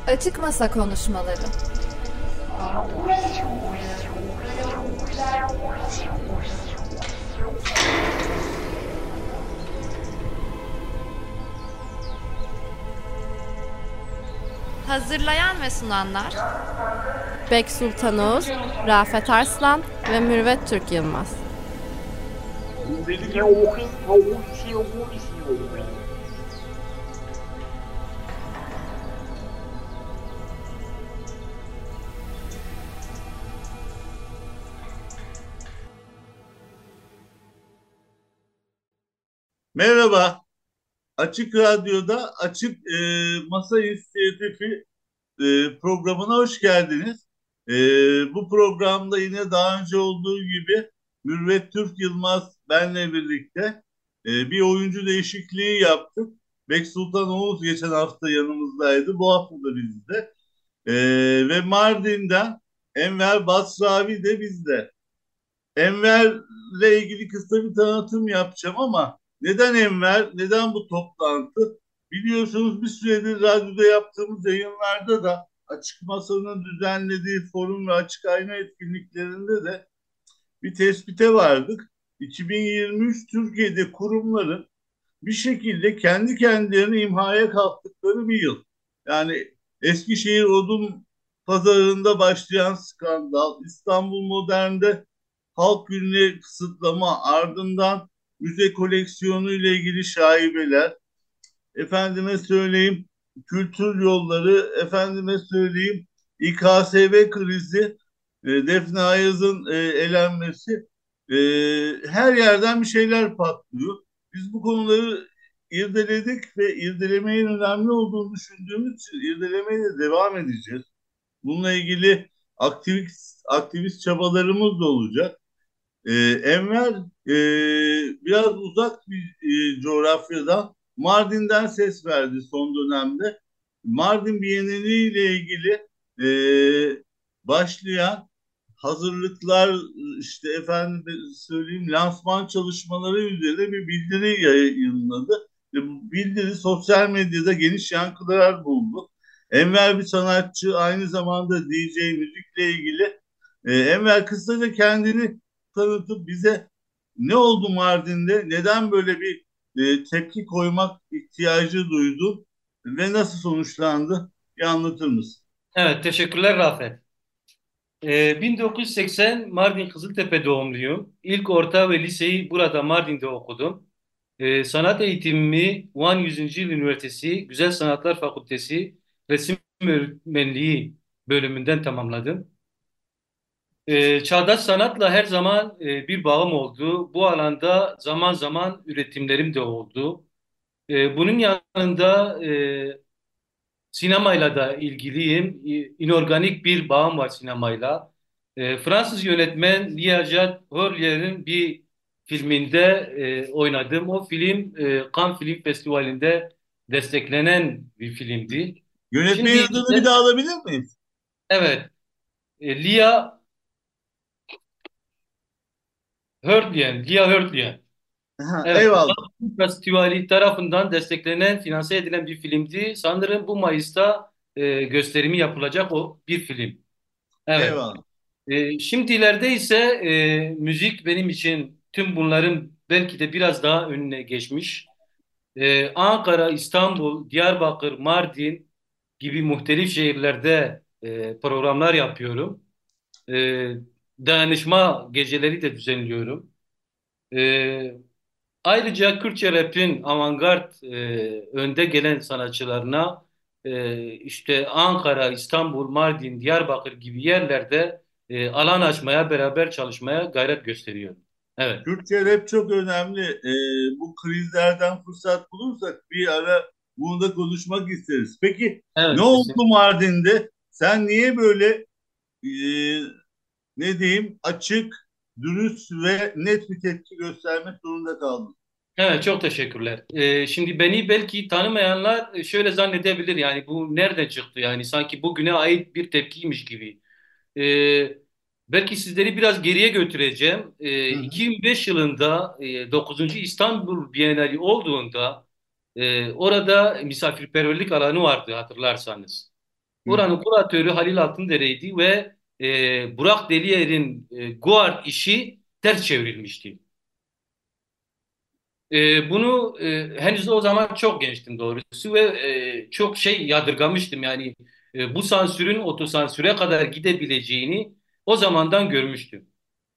Açık Masa Konuşmaları. Hazırlayan ve sunanlar Bek Sultan Oğuz, Rafet Arslan ve Mürvet Türk Yılmaz. Merhaba, Açık Radyo'da Açık Masa İnisiyatifi programına hoş geldiniz. Bu programda yine daha önce olduğu gibi Mürvet Türk Yılmaz benle birlikte bir oyuncu değişikliği yaptık. Bek Sultan Oğuz geçen hafta yanımızdaydı, bu hafta da bizde. Ve Mardin'den Enver Basravi de bizde. Enver'le ilgili kısa bir tanıtım yapacağım ama neden Enver, neden bu toplantı? Biliyorsunuz bir süredir radyoda yaptığımız yayınlarda da Açık Masa'nın düzenlediği forum ve açık ayna etkinliklerinde de bir tespite vardık. 2023 Türkiye'de kurumların bir şekilde kendi kendilerini imhaya kalktıkları bir yıl. Yani Eskişehir Odun Pazarı'nda başlayan skandal, İstanbul Modern'de halk gününe kısıtlama, ardından müze koleksiyonu ile ilgili şaibeler, efendime söyleyeyim kültür yolları, efendime söyleyeyim İKSV krizi, Defne Ayaz'ın elenmesi, e, her yerden bir şeyler patlıyor. Biz bu konuları irdeledik ve irdelemenin önemli olduğunu düşündüğümüz için irdelemeye de devam edeceğiz. Bununla ilgili aktivist çabalarımız da olacak. Enver biraz uzak bir coğrafyadan Mardin'den ses verdi son dönemde. Mardin Bienali ile ilgili e, başlayan hazırlıklar işte efendim söyleyeyim lansman çalışmaları üzerine bir bildiri yayınladı. Ve bu bildiri sosyal medyada geniş yankılar buldu. Enver bir sanatçı, aynı zamanda DJ müzikle ilgili. Enver kısaca kendini tanıtıp bize ne oldu Mardin'de, neden böyle bir tepki koymak ihtiyacı duydu ve nasıl sonuçlandı? Bir anlatır mısın? Evet, teşekkürler Rafet. 1980 Mardin Kızıltepe doğumluyum. İlk orta ve liseyi burada Mardin'de okudum. Sanat eğitimimi Van 100. Yıl Üniversitesi Güzel Sanatlar Fakültesi Resim Öğretmenliği bölümünden tamamladım. Çağdaş sanatla her zaman bir bağım oldu. Bu alanda zaman zaman üretimlerim de oldu. Bunun yanında sinemayla da ilgiliyim. İnorganik bir bağım var sinemayla. Fransız yönetmen Liajad Hörlier'in bir filminde oynadım. O film Cannes Film Festivali'nde desteklenen bir filmdi. Şimdi Yönetmenin adını bir ise daha alabilir miyiz? evet, Lia Hörlien, Lia Hörlien. Aha, Evet, eyvallah. Cannes Film Festivali tarafından desteklenen, finanse edilen bir filmdi. Sanırım bu Mayıs'ta gösterimi yapılacak o bir film. Evet. Eyvallah. Şimdilerde ise müzik benim için tüm bunların belki de biraz daha önüne geçmiş. Ankara, İstanbul, Diyarbakır, Mardin gibi muhtelif şehirlerde programlar yapıyorum. E, Dayanışma geceleri de düzenliyorum. E, Ayrıca Kürtçe rap'in avantgard önde gelen sanatçılarına işte Ankara, İstanbul, Mardin, Diyarbakır gibi yerlerde alan açmaya, beraber çalışmaya gayret gösteriyorum. Evet. Türkçe rap çok önemli. Bu krizlerden fırsat bulursak bir ara bunu da konuşmak isteriz. Peki ne Evet, oldu kesin. Mardin'de? Sen niye böyle e, ne diyeyim açık, dürüst ve net bir tepki göstermek zorunda kaldın? Evet, çok teşekkürler. Şimdi beni belki tanımayanlar şöyle zannedebilir, yani bu nereden çıktı, yani sanki bugüne ait bir tepkiymiş gibi. Ee, Belki sizleri biraz geriye götüreceğim. Hı hı. 2005 yılında 9. İstanbul Bienali olduğunda orada misafirperverlik alanı vardı, hatırlarsanız. Hı. Oranın kuratörü Halil Altındere'ydi ve Burak Deliyer'in Guard işi ters çevrilmişti. Bunu henüz o zaman çok gençtim doğrusu ve çok şey yadırgamıştım. Yani bu sansürün otosansüre kadar gidebileceğini o zamandan görmüştüm.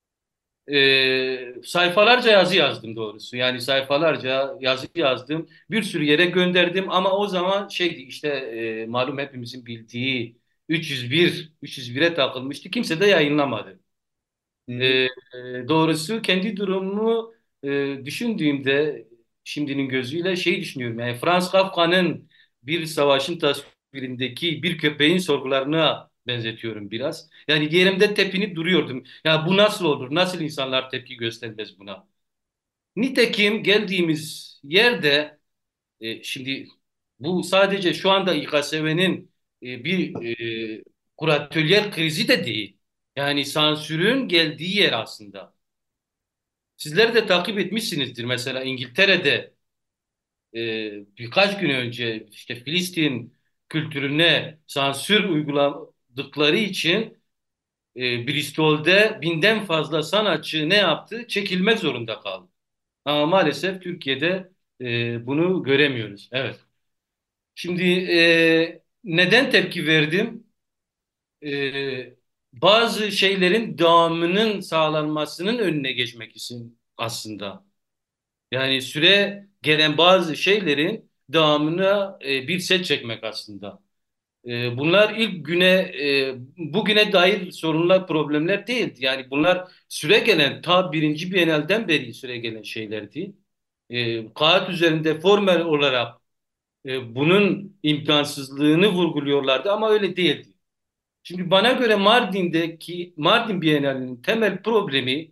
Sayfalarca yazı yazdım doğrusu. Yani sayfalarca yazı yazdım. Bir sürü yere gönderdim ama o zaman şeydi işte malum hepimizin bildiği 301'e takılmıştı. Kimse de yayınlamadı. Hı hı. Ee, doğrusu kendi durumumu düşündüğümde şimdinin gözüyle şey düşünüyorum. Yani Franz Kafka'nın Bir Savaşın Tasvirindeki bir köpeğin sorgularına benzetiyorum biraz. Yani yerimde tepinip duruyordum. Ya bu nasıl olur? Nasıl insanlar tepki göstermez buna? Nitekim geldiğimiz yerde şimdi bu sadece şu anda İKSV'nin bir kuratörler krizi de değil. Yani sansürün geldiği yer aslında. Sizler de takip etmişsinizdir. Mesela İngiltere'de birkaç gün önce işte Filistin kültürüne sansür uyguladıkları için Bristol'de binden fazla sanatçı ne yaptı? Çekilmek zorunda kaldı. Ama maalesef Türkiye'de bunu göremiyoruz. Evet. Şimdi neden tepki verdim? Bazı şeylerin devamının sağlanmasının önüne geçmek için aslında. Yani süre gelen bazı şeylerin devamına bir set çekmek aslında. Bunlar ilk bugüne dair sorunlar, problemler değildi. Yani bunlar süre gelen, ta birinci Bienal'den beri süre gelen şeylerdi. Kağıt üzerinde formel olarak bunun imkansızlığını vurguluyorlardı ama öyle değildi. Şimdi bana göre Mardin Bienalinin temel problemi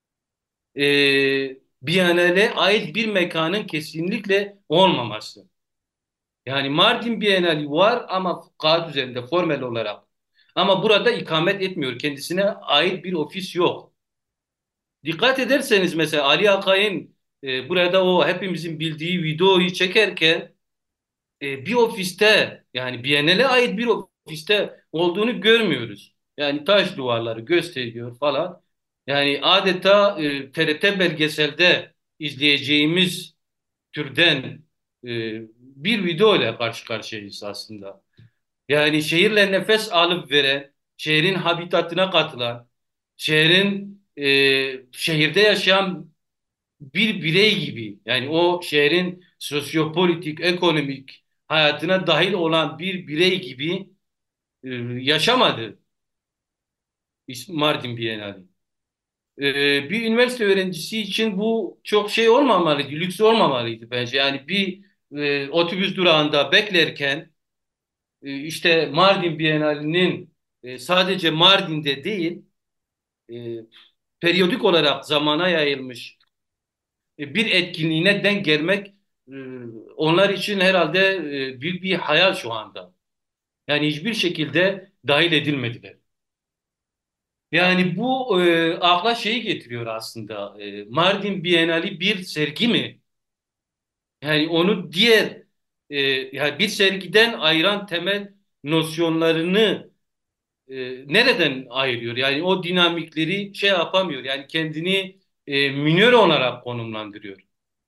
Biennale ait bir mekanın kesinlikle olmaması. Yani Mardin Bienali var ama kağıt üzerinde formel olarak. Ama burada ikamet etmiyor. Kendisine ait bir ofis yok. Dikkat ederseniz mesela Ali Akay'ın burada o hepimizin bildiği videoyu çekerken bir ofiste yani Biennale ait bir ofiste olduğunu görmüyoruz. Yani taş duvarları gösteriyor falan. Yani adeta TRT belgeselde izleyeceğimiz türden bir video ile karşı karşıyayız aslında. Yani şehirle nefes alıp veren, şehrin habitatına katılan, şehirde yaşayan bir birey gibi yani o şehrin sosyopolitik, ekonomik hayatına dahil olan bir birey gibi yaşamadı Mardin Bienali. Bir üniversite öğrencisi için bu çok şey olmamalıydı, lüks olmamalıydı bence. Yani bir otobüs durağında beklerken işte Mardin Bienali'nin sadece Mardin'de değil, e, periyodik olarak zamana yayılmış bir etkinliğine denk gelmek e, onlar için herhalde büyük bir hayal şu anda. Yani hiçbir şekilde dahil edilmediler. Yani bu akla şeyi getiriyor aslında. Mardin Bienali bir sergi mi? Yani onu diğer yani bir sergiden ayıran temel nosyonlarını nereden ayırıyor? Yani o dinamikleri şey yapamıyor. Yani kendini minör olarak konumlandırıyor.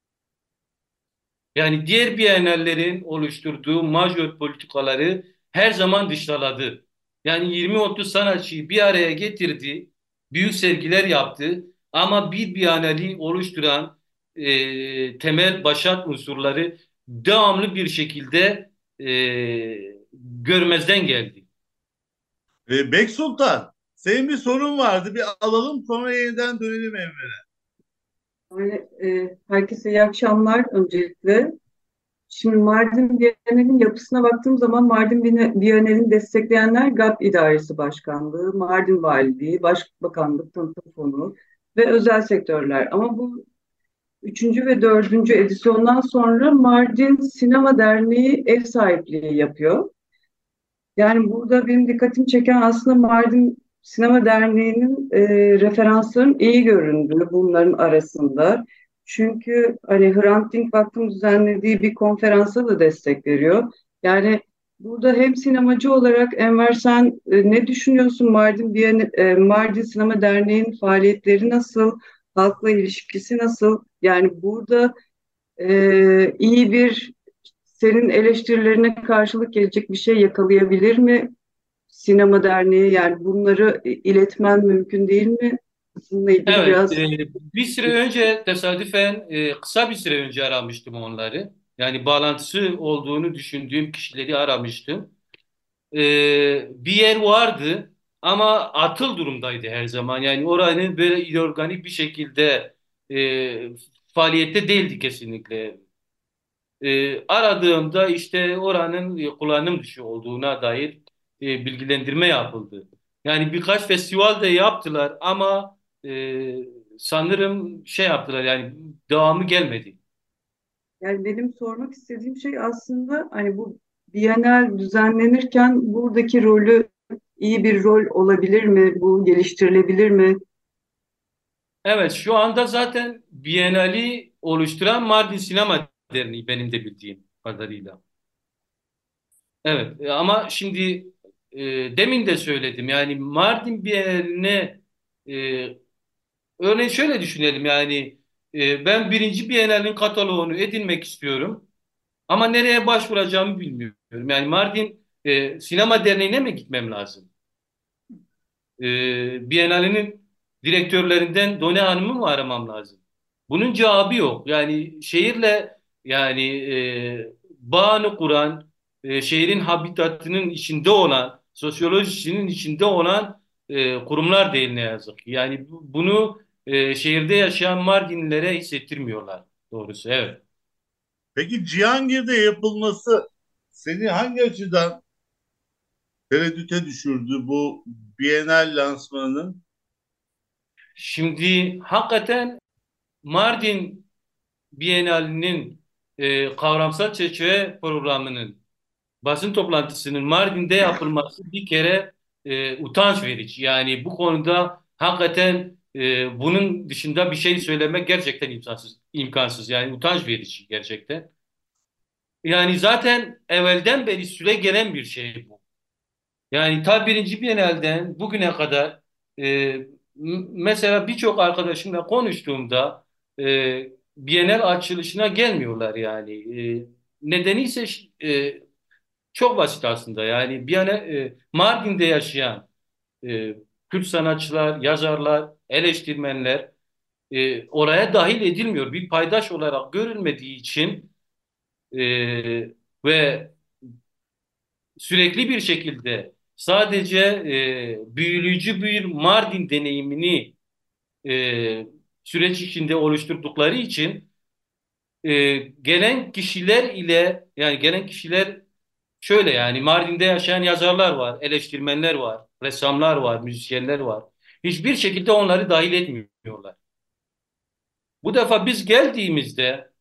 Yani diğer Biennallerin oluşturduğu majör politikaları her zaman dışladı. Yani 20-30 sanatçıyı bir araya getirdi, büyük sergiler yaptı ama bir Biennale'i oluşturan temel başat unsurları devamlı bir şekilde görmezden geldi. Bek Sultan, senin bir sorun vardı. Bir alalım sonra yeniden dönelim Emre. Yani, herkese iyi akşamlar öncelikle. Şimdi Mardin Bienali'nin yapısına baktığım zaman Mardin Bienali'ni destekleyenler GAP İdaresi Başkanlığı, Mardin Valiliği, Başbakanlık, Tanıtım Fonu ve özel sektörler. Ama bu üçüncü ve dördüncü edisyondan sonra Mardin Sinema Derneği ev sahipliği yapıyor. Yani burada benim dikkatimi çeken aslında Mardin Sinema Derneği'nin referansların iyi göründüğü bunların arasında. Çünkü hani Hrant Dink Vakfı'nın düzenlediği bir konferansa da destek veriyor. Yani Burada hem sinemacı olarak Enver sen ne düşünüyorsun? Mardin Sinema Derneği'nin faaliyetleri nasıl? Halkla ilişkisi nasıl? Yani burada iyi bir senin eleştirilerine karşılık gelecek bir şey yakalayabilir mi Sinema Derneği? Yani bunları iletmen mümkün değil mi? Bununla ilgili Evet, biraz bir süre önce tesadüfen kısa bir süre önce aramıştım onları. Yani bağlantısı olduğunu düşündüğüm kişileri aramıştım. Bir yer vardı ama atıl durumdaydı her zaman. Yani oranın böyle organik bir şekilde faaliyette değildi kesinlikle. Aradığımda işte oranın kullanım dışı olduğuna dair bilgilendirme yapıldı. Yani birkaç festival de yaptılar ama sanırım şey yaptılar yani devamı gelmedi. yani benim sormak istediğim şey aslında hani bu Bienal düzenlenirken buradaki rolü iyi bir rol olabilir mi? Bu geliştirilebilir mi? Evet, şu anda zaten Biennale'i oluşturan Mardin Sinema Derneği benim de bildiğim kadarıyla. Evet, ama şimdi demin de söyledim yani Mardin Bienali'ne e, örneğin şöyle düşünelim yani ben birinci Bienal'in kataloğunu edinmek istiyorum ama nereye başvuracağımı bilmiyorum. Yani Mardin Sinema Derneği'ne mi gitmem lazım? Bienalinin direktörlerinden Done Hanım'ı mı aramam lazım? Bunun cevabı yok. Yani şehirle yani bağını kuran, şehrin habitatının içinde olan, sosyolojisinin içinde olan kurumlar değil ne yazık ki. Yani bunu şehirde yaşayan Mardinlilere hissettirmiyorlar doğrusu. Evet. Peki Cihangir'de yapılması seni hangi açıdan tereddüte düşürdü bu Bienal lansmanının? Şimdi hakikaten Mardin Bienalinin kavramsal çerçeve programının basın toplantısının Mardin'de yapılması bir kere utanç verici. Yani bu konuda hakikaten bunun dışında bir şey söylemek gerçekten imkansız. Yani utanç verici gerçekten. Yani zaten evvelden beri süre gelen bir şey bu. Yani ta birinci Bienal'den bugüne kadar e, mesela birçok arkadaşımla konuştuğumda Bienal açılışına gelmiyorlar yani. Nedeni ise çok basit aslında. Yani Mardin'de yaşayan e, Kürt sanatçılar, yazarlar, eleştirmenler oraya dahil edilmiyor. Bir paydaş olarak görülmediği için ve sürekli bir şekilde sadece büyüleyici bir Mardin deneyimini e, süreç içinde oluşturdukları için gelen kişiler ile yani gelen kişiler şöyle yani Mardin'de yaşayan yazarlar var, eleştirmenler var, ressamlar var, müzisyenler var. Hiçbir şekilde onları dahil etmiyorlar. Bu defa biz geldiğimizde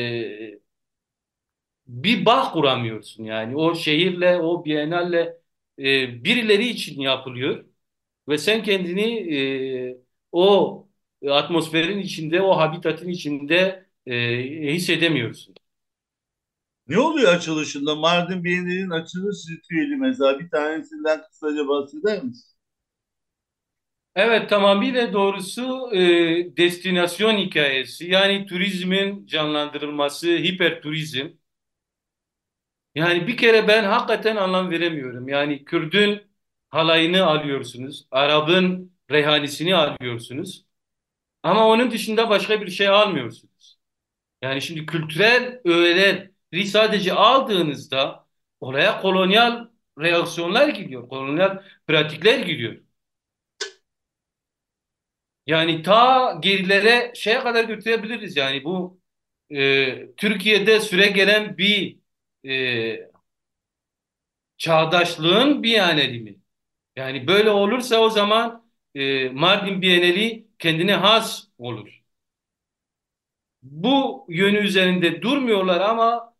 bir bağ kuramıyorsun yani. O şehirle, o Biennale birileri için yapılıyor ve sen kendini o atmosferin içinde, o habitatın içinde hissedemiyorsun. Ne oluyor açılışında? Mardin Bienali'nin açılış ritüeli mesela bir tanesinden kısaca bahseder misin? Evet, tamamıyla doğrusu destinasyon hikayesi. Yani turizmin canlandırılması, hiperturizm. Yani bir kere ben hakikaten anlam veremiyorum. Yani Kürdün halayını alıyorsunuz, Arap'ın reyhanisini alıyorsunuz. Ama onun dışında başka bir şey almıyorsunuz. Yani şimdi kültürel öğeleri sadece aldığınızda oraya kolonyal reaksiyonlar gidiyor, kolonyal pratikler gidiyor. Yani ta gerilere şeye kadar götürebiliriz yani bu Türkiye'de süre gelen bir e, çağdaşlığın bir yaneli mi? Yani böyle olursa o zaman Mardin Bienali kendine has olur. Bu yönü üzerinde durmuyorlar ama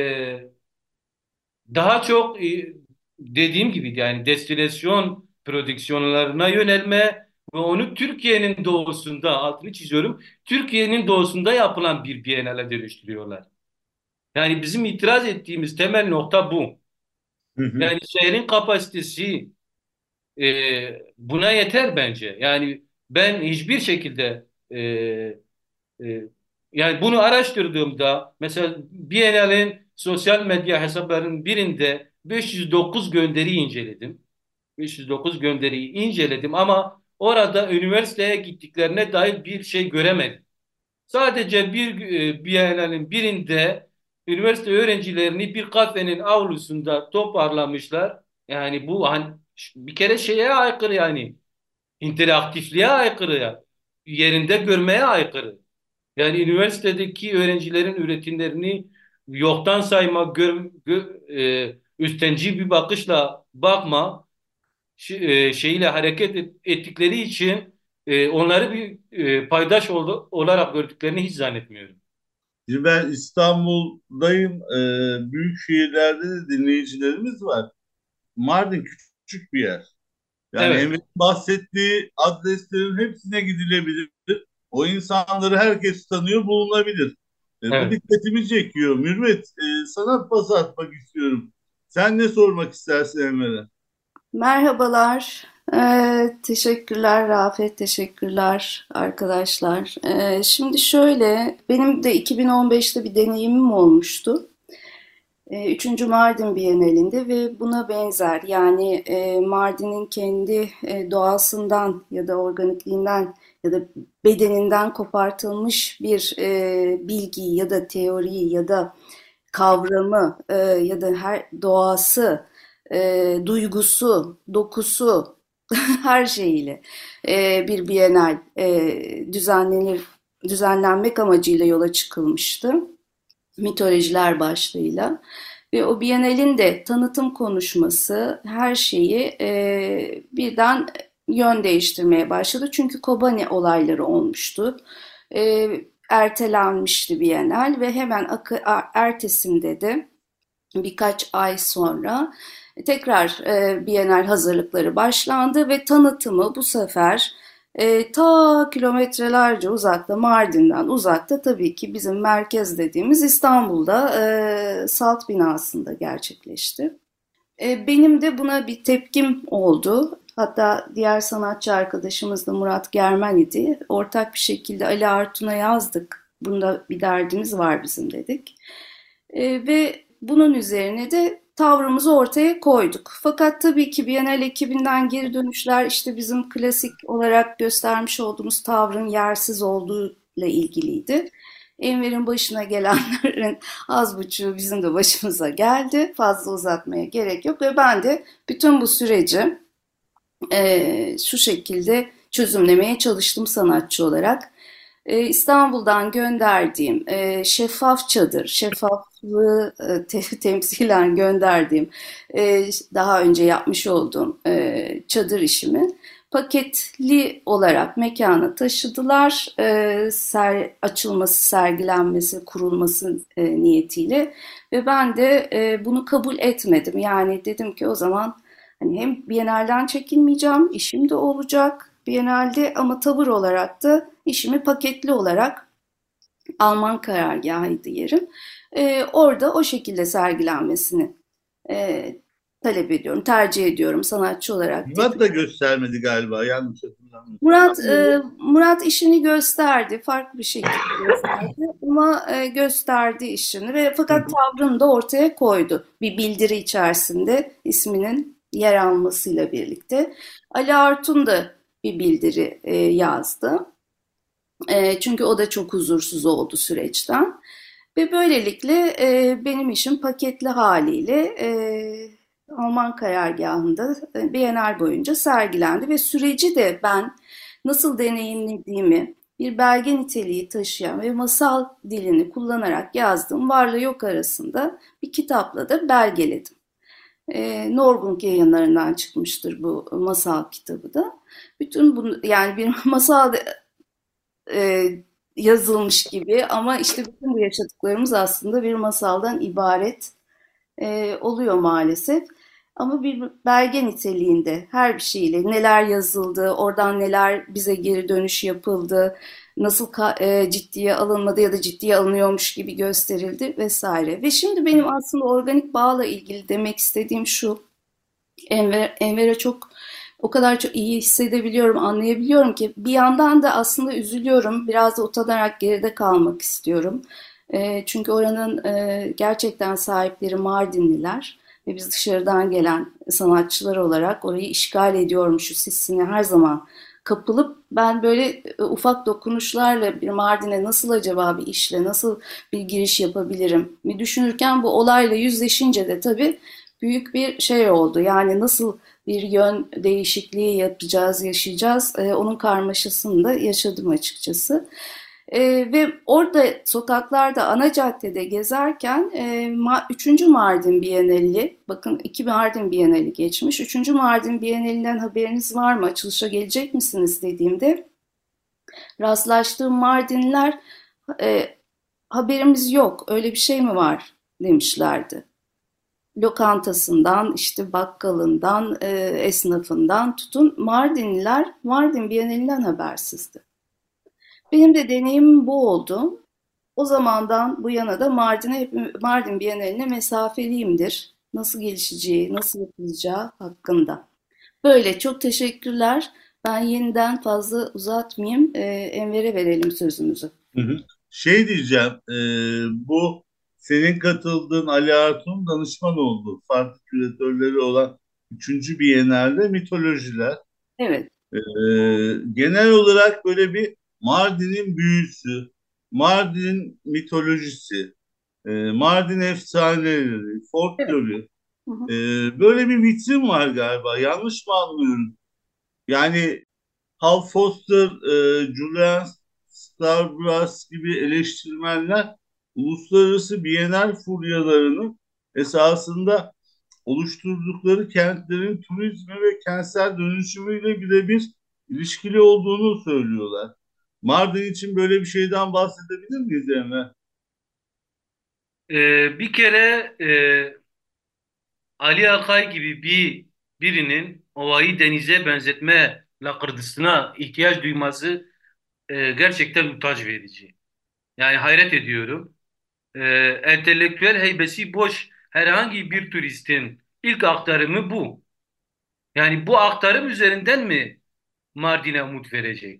daha çok dediğim gibi yani destinasyon prodüksiyonlarına yönelme ve onu Türkiye'nin doğusunda altını çiziyorum. Türkiye'nin doğusunda yapılan bir Biennale dönüştürüyorlar. Yani bizim itiraz ettiğimiz temel nokta bu. Hı hı. Yani şehrin kapasitesi buna yeter bence. Yani ben hiçbir şekilde e, yani bunu araştırdığımda mesela Biennale'in sosyal medya hesaplarının birinde 509 gönderi inceledim. 509 gönderiyi inceledim ama orada üniversiteye gittiklerine dair bir şey göremedim. Sadece Biennale'nin birinde üniversite öğrencilerini bir kafenin avlusunda toparlamışlar. Yani bu hani bir kere şeye aykırı yani. İnteraktifliğe aykırı ya. Yerinde görmeye aykırı. Yani üniversitedeki öğrencilerin üretimlerini yoktan sayma, üstenci bir bakışla bakma şeyiyle ettikleri için onları bir olarak gördüklerini hiç zannetmiyorum. Şimdi ben İstanbul'dayım. Büyük şehirlerde de dinleyicilerimiz var. Mardin küçük bir yer. Yani Evet, Emre'nin bahsettiği adreslerin hepsine gidilebilir. O insanları herkes tanıyor, bulunabilir. Bu evet. dikkatimi çekiyor. Mürvet, sana pas atmak istiyorum. Sen ne sormak istersin Emre'ye? Merhabalar. Teşekkürler Rafet, teşekkürler arkadaşlar. Şimdi şöyle, benim de 2015'te bir deneyimim olmuştu. Üçüncü Mardin Bienalinde ve buna benzer yani Mardin'in kendi doğasından ya da organikliğinden ya da bedeninden kopartılmış bir bilgiyi ya da teoriyi ya da kavramı ya da her doğası, duygusu, dokusu her şeyiyle bir Bienal düzenlenmek amacıyla yola çıkılmıştı. Mitolojiler başlığıyla. Ve o Bienal'in de tanıtım konuşması her şeyi birden yön değiştirmeye başladı. Çünkü Kobani olayları olmuştu. E, Ertelenmişti Bienal ve hemen ertesinde de birkaç ay sonra tekrar Bienal hazırlıkları başlandı ve tanıtımı bu sefer ta kilometrelerce uzakta, Mardin'den uzakta, tabii ki bizim merkez dediğimiz İstanbul'da Salt binasında gerçekleşti. Benim de buna bir tepkim oldu. Hatta diğer sanatçı arkadaşımız da Murat Germen idi. Ortak bir şekilde Ali Artun'a yazdık. Bunda bir derdimiz var bizim dedik. Ve bunun üzerine de tavrımızı ortaya koyduk. Fakat tabii ki Bienal ekibinden geri dönüşler işte bizim klasik olarak göstermiş olduğumuz tavrın yersiz olduğuyla ilgiliydi. Enver'in başına gelenlerin az buçuğu bizim de başımıza geldi. Fazla uzatmaya gerek yok ve ben de bütün bu süreci şu şekilde çözümlemeye çalıştım sanatçı olarak. İstanbul'dan gönderdiğim şeffaf çadır, şeffaflığı temsilen gönderdiğim daha önce yapmış olduğum çadır işimi paketli olarak mekana taşıdılar. Açılması, sergilenmesi, kurulması niyetiyle ve ben de bunu kabul etmedim. Yani dedim ki o zaman hani hem Biennale'den çekinmeyeceğim, işim de olacak Biennale'de ama tavır olarak da işimi paketli olarak Alman karargahıydı yerim. Orada o şekilde sergilenmesini e, talep ediyorum, tercih ediyorum sanatçı olarak Murat dedim. da göstermedi galiba, yanlış hatırlamıyorsam. Murat işini gösterdi, farklı bir şekilde gösterdi ama gösterdi işini ve fakat tavrını da ortaya koydu. Bir bildiri içerisinde isminin yer almasıyla birlikte. Ali Artun da bir bildiri yazdı. Çünkü o da çok huzursuz oldu süreçten. Ve böylelikle benim işim paketli haliyle Alman karargahında Bienal boyunca sergilendi ve süreci de ben nasıl deneyimlediğimi bir belge niteliği taşıyan ve masal dilini kullanarak yazdığım varla yok arasında bir kitapla da belgeledim. Norgunk yayınlarından çıkmıştır bu masal kitabı da. Bütün bunu yani bir masal yazılmış gibi ama işte bütün bu yaşadıklarımız aslında bir masaldan ibaret oluyor maalesef. Ama bir belge niteliğinde her bir şeyle neler yazıldı, oradan neler bize geri dönüş yapıldı, nasıl ciddiye alınmadı ya da ciddiye alınıyormuş gibi gösterildi vesaire. Ve şimdi benim aslında organik bağla ilgili demek istediğim şu. Enver'e çok o kadar çok iyi hissedebiliyorum, anlayabiliyorum ki bir yandan da aslında üzülüyorum. Biraz da utanarak geride kalmak istiyorum. Çünkü oranın gerçekten sahipleri Mardinliler ve biz dışarıdan gelen sanatçılar olarak orayı işgal ediyormuşuz hissine her zaman kapılıp ben böyle ufak dokunuşlarla bir Mardin'e nasıl acaba bir işle nasıl bir giriş yapabilirim mi düşünürken bu olayla yüzleşince de tabii büyük bir şey oldu. Yani nasıl bir yön değişikliği yapacağız, yaşayacağız. Onun karmaşasını da yaşadım açıkçası. Ve orada sokaklarda ana caddede gezerken 3. Mardin Bienali, bakın 2 Mardin Bienali geçmiş. 3. Mardin Bienalinden haberiniz var mı? Açılışa gelecek misiniz dediğimde rastlaştığım Mardinliler haberimiz yok, öyle bir şey mi var demişlerdi. Lokantasından, işte bakkalından, esnafından tutun Mardinliler Mardin Bienalinden habersizdi. Benim de deneyimim bu oldu. O zamandan bu yana da Mardin Bienali'ne mesafeliyimdir. Nasıl gelişeceği, nasıl yapılacağı hakkında. Böyle çok teşekkürler. Ben yeniden fazla uzatmayayım. Enver'e verelim sözümüzü. Hı hı. Şey diyeceğim, bu senin katıldığın Ali Artun danışman oldu. Farklı küratörleri olan 3. Bienalde mitolojiler. Evet. E, Genel olarak böyle bir Mardin'in büyüsü, Mardin mitolojisi, Mardin efsaneleri, Evet. folkloru. Hı hı. Böyle bir vitrin var galiba. Yanlış mı anlıyorum? Yani Hal Foster, Julian Starbras gibi eleştirmenler uluslararası Bienal furyalarının esasında oluşturdukları kentlerin turizmi ve kentsel dönüşümüyle birebir ilişkili olduğunu söylüyorlar. Mardin için böyle bir şeyden bahsedebilir miyiz Emre? Bir kere Ali Akay gibi birinin ovayı denize benzetme lakırdısına ihtiyaç duyması gerçekten utanç verici. Yani hayret ediyorum. E, Entelektüel heybesi boş herhangi bir turistin ilk aktarımı bu. Yani bu aktarım üzerinden mi Mardin'e umut verecek?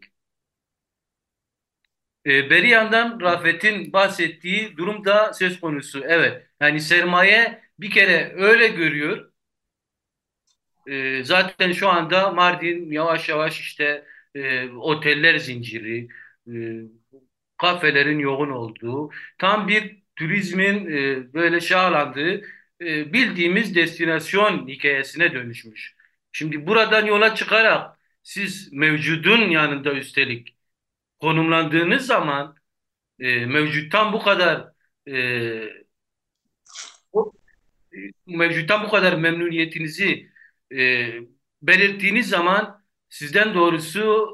Beri yandan Rafet'in bahsettiği durum da söz konusu. Evet. Yani sermaye bir kere öyle görüyor. Zaten şu anda Mardin yavaş yavaş işte oteller zinciri, e, kafelerin yoğun olduğu, tam bir turizmin böyle şahlandığı bildiğimiz destinasyon hikayesine dönüşmüş. Şimdi buradan yola çıkarak siz mevcudun yanında üstelik konumlandığınız zaman mevcuttan bu kadar e, mevcuttan bu kadar memnuniyetinizi e, belirttiğiniz zaman sizden doğrusu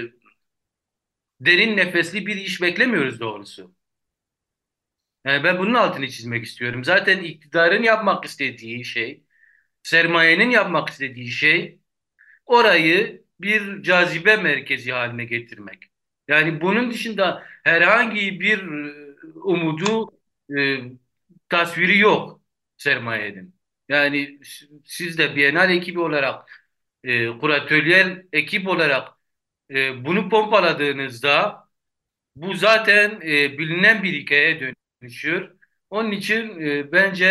derin nefesli bir iş beklemiyoruz doğrusu. Yani ben bunun altını çizmek istiyorum. Zaten iktidarın yapmak istediği şey, sermayenin yapmak istediği şey orayı bir cazibe merkezi haline getirmek. Yani bunun dışında herhangi bir umudu, e, tasviri yok sermayenin. Yani siz de Bienal ekibi olarak, kuratörler ekip olarak bunu pompaladığınızda bu zaten bilinen bir hikaye dönüşüyor. Onun için bence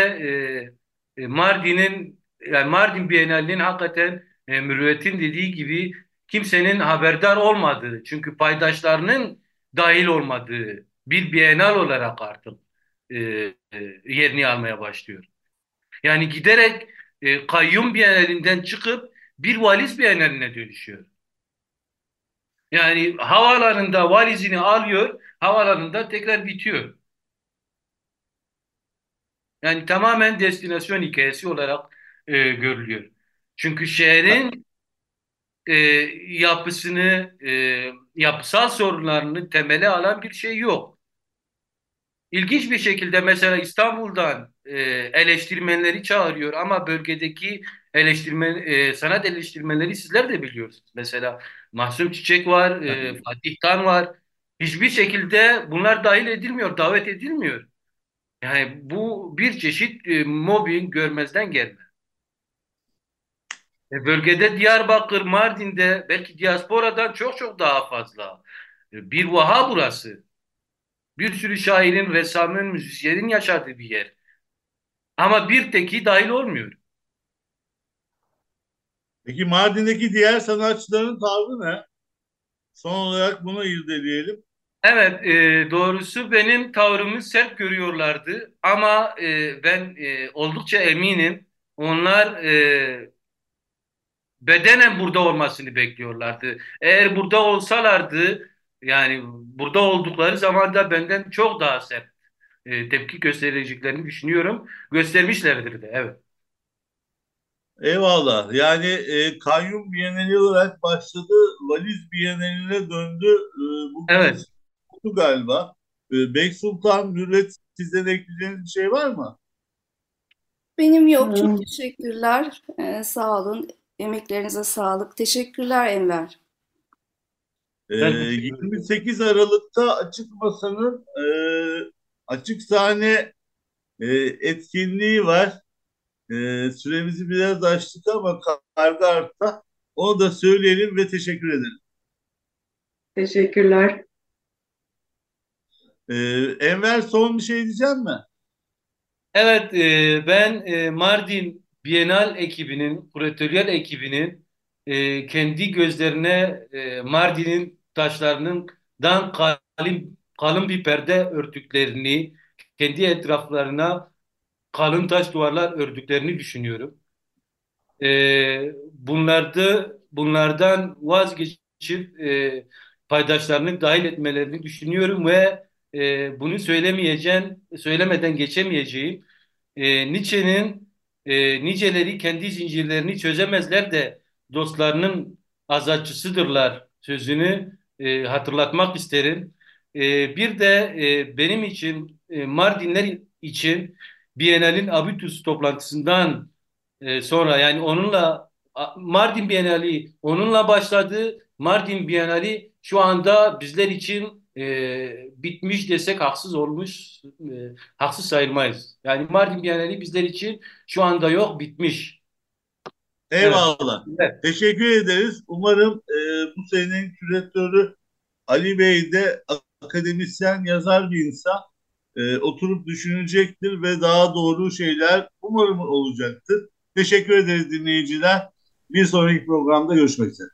Mardin Bienalinin hakikaten Mürüvvet'in dediği gibi kimsenin haberdar olmadığı, çünkü paydaşlarının dahil olmadığı bir Bienal olarak artık e, yerini almaya başlıyor. Yani giderek kayyum Bienalinden çıkıp bir valiz Bienaliine dönüşüyor. Yani havaalanında valizini alıyor, havaalanında tekrar bitiyor. Yani tamamen destinasyon hikayesi olarak görülüyor. Çünkü şehrin e, yapısal sorunlarını temele alan bir şey yok. İlginç bir şekilde mesela İstanbul'dan eleştirmenleri çağırıyor ama bölgedeki sanat eleştirmenleri sizler de biliyorsunuz. Mesela Mahsum Çiçek var, Fatih Tan var. hiçbir şekilde bunlar dahil edilmiyor, davet edilmiyor. Yani bu bir çeşit mobbing, görmezden gelme. Bölgede Diyarbakır, Mardin'de belki diasporadan çok çok daha fazla. Bir vaha burası. Bir sürü şairin, ressamın, müzisyenin yaşadığı bir yer. Ama bir teki dahil olmuyor. Peki Mardin'deki diğer sanatçıların tavrı ne? Son olarak bunu irdeleyelim. Evet, doğrusu benim tavrımı sert görüyorlardı. Ama ben oldukça eminim onlar bedenen burada olmasını bekliyorlardı. Eğer burada olsalardı, yani burada oldukları zaman da benden çok daha sert tepki göstereceklerini düşünüyorum. Göstermişlerdir de, evet. Eyvallah. Yani Kayyum Bienali olarak başladı, Valiz Bienali'ne döndü. Bu Evet. gidiş oldu galiba. Bey Sultan, Mürvet, sizden ekleyeceğiniz bir şey var mı? Benim yok. Çok Ee, teşekkürler. Sağ olun. Emeklerinize sağlık. Teşekkürler Enver. Ben teşekkür ederim. 28 Aralık'ta Açık Masa'nın açık sahne etkinliği var. Süremizi biraz açtık ama karga artta. Onu da söyleyelim ve teşekkür edelim. Teşekkürler. Enver, son bir şey diyecek mi? Evet, ben Mardin Bienal ekibinin, kuratöriyel ekibinin kendi gözlerine Mardin'in taşlarından kalın bir perde örtüklerini, kendi etraflarına kalın taş duvarlar ördüklerini düşünüyorum. Bunlardan vazgeçip paydaşlarını dahil etmelerini düşünüyorum ve bunu söylemeden geçemeyeceğim. Niceleri kendi zincirlerini çözemezler de dostlarının azatçısıdırlar sözünü hatırlatmak isterim. Bir de benim için Mardinler için Bienal'in Abitus toplantısından sonra, yani Mardin Bienali onunla başladı. Mardin Bienali şu anda bizler için bitmiş desek haksız sayılmayız. Yani Mardin Bienali bizler için şu anda yok, bitmiş. Evet. Eyvallah. Evet. Teşekkür ederiz. Umarım bu senenin küratörü Ali Bey de akademisyen, yazar bir insan. Oturup düşünecektir ve daha doğru şeyler umarım olacaktır. Teşekkür ederiz dinleyiciler. Bir sonraki programda görüşmek üzere.